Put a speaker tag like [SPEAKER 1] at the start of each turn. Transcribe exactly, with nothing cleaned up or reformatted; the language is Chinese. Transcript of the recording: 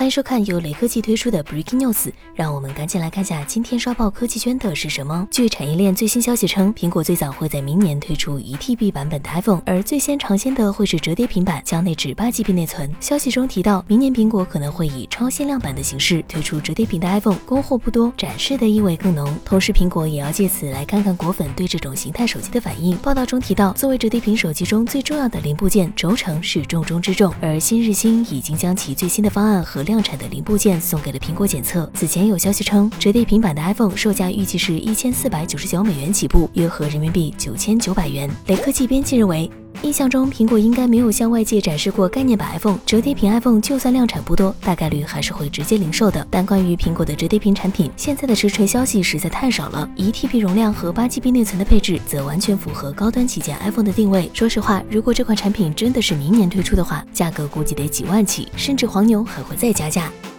[SPEAKER 1] 欢迎收看由雷科技推出的 Breaking News， 让我们赶紧来看下今天刷爆科技圈的是什么。据产业链最新消息称，苹果最早会在明年推出 一 T B 版本的 iPhone， 而最先尝鲜的会是折叠平板，将内置 八 G B 内存。消息中提到，明年苹果可能会以超限量版的形式推出折叠屏的 iPhone， 供货不多，展示的意味更浓。同时，苹果也要借此来看看果粉对这种形态手机的反应。报道中提到，作为折叠屏手机中最重要的零部件，轴承是重中之重，而新日新已经将其最新的方案和量产的零部件送给了苹果检测。此前有消息称，折叠平板的 iPhone 售价预计是一千四百九十九美元起步，约合人民币九千九百元。雷科技编辑认为，印象中苹果应该没有向外界展示过概念版 iPhone， 折叠屏 iPhone 就算量产不多，大概率还是会直接零售的。但关于苹果的折叠屏产品，现在的实锤消息实在太少了。一 T B 容量和 八 G B 内存的配置，则完全符合高端旗舰 iPhone 的定位。说实话，如果这款产品真的是明年推出的话，价格估计得几万起，甚至黄牛还会再加价。